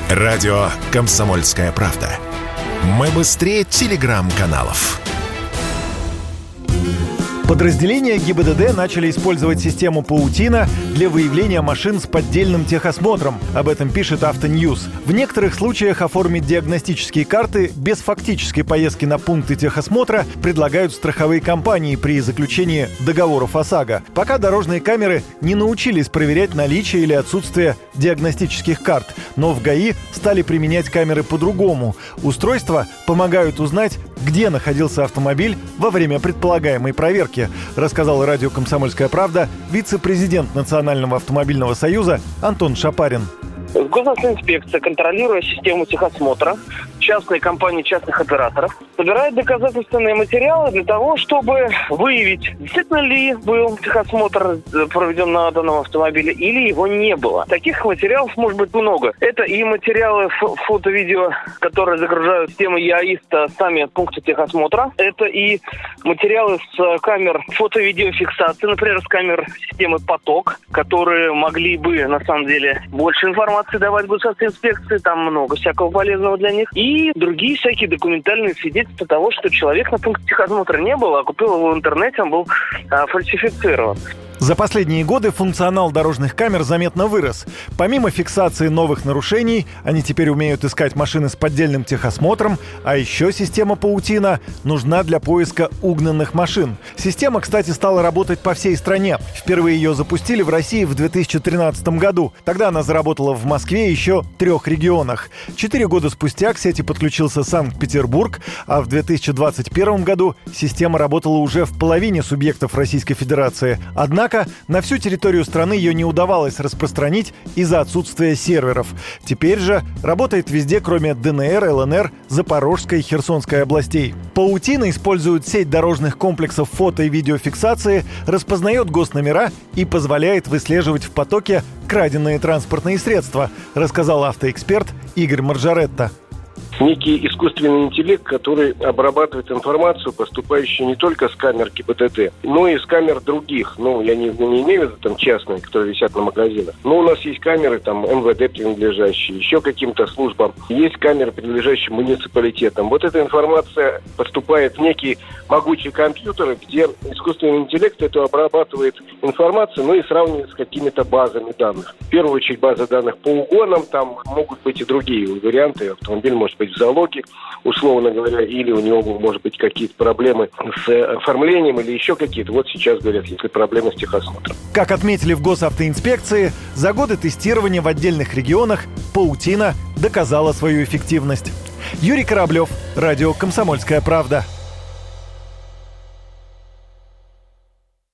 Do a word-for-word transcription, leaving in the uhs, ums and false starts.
Радио «Комсомольская правда». Мы быстрее телеграм-каналов. Подразделения ГИБДД начали использовать систему «Паутина» для выявления машин с поддельным техосмотром. Об этом пишет Автоньюз. В некоторых случаях оформить диагностические карты без фактической поездки на пункты техосмотра предлагают страховые компании при заключении договоров ОСАГО. Пока дорожные камеры не научились проверять наличие или отсутствие диагностических карт. Но в ГАИ стали применять камеры по-другому. Устройства помогают узнать, где находился автомобиль во время предполагаемой проверки, рассказал радио «Комсомольская правда» вице-президент Национального автомобильного союза Антон Шапарин. Госавтоинспекция, контролируя систему техосмотра, частные компании, частных операторов, собирает доказательственные материалы для того, чтобы выявить, действительно ли был техосмотр проведен на данном автомобиле или его не было. Таких материалов может быть много. Это и материалы фото-видео, которые загружают систему ЯИСТа сами пункты техосмотра. Это и материалы с камер фото-видеофиксации, например, с камер системы «Поток», которые могли бы, на самом деле, больше информации давать госавтоинспекции, там много всякого полезного для них. И другие всякие документальные свидетельства того, что человек на пункте техосмотра не был, а купил его в интернете, он был а, фальсифицирован. За последние годы функционал дорожных камер заметно вырос. Помимо фиксации новых нарушений, они теперь умеют искать машины с поддельным техосмотром, а еще система «Паутина» нужна для поиска угнанных машин. Система, кстати, стала работать по всей стране. Впервые ее запустили в России в две тысячи тринадцатом году. Тогда она заработала в Москве и еще трех регионах. Четыре года спустя к сети подключился Санкт-Петербург, а в две тысячи двадцать первом году система работала уже в половине субъектов Российской Федерации. Однако на всю территорию страны ее не удавалось распространить из-за отсутствия серверов. Теперь же работает везде, кроме ДНР, ЛНР, Запорожской и Херсонской областей. «Паутина» использует сеть дорожных комплексов фото- и видеофиксации, распознает госномера и позволяет выслеживать в потоке краденные транспортные средства, рассказал автоэксперт Игорь Маржаретта. Некий искусственный интеллект, который обрабатывает информацию, поступающую не только с камер ГИБДД, но и с камер других. Ну, я не, не имею в виду там частные, которые висят на магазинах. Но у нас есть камеры там эм вэ дэ принадлежащие, еще каким-то службам. Есть камеры, принадлежащие муниципалитетам. Вот эта информация поступает в некие могучие компьютеры, где искусственный интеллект эту обрабатывает информацию, ну и сравнивает с какими-то базами данных. В первую очередь база данных по угонам, там могут быть и другие варианты. Автомобиль может быть в залоге, условно говоря, или у него, может быть, какие-то проблемы с оформлением или еще какие-то. Вот сейчас, говорят, если проблемы с техосмотром. Как отметили в госавтоинспекции, за годы тестирования в отдельных регионах «Паутина» доказала свою эффективность. Юрий Кораблев, радио «Комсомольская правда».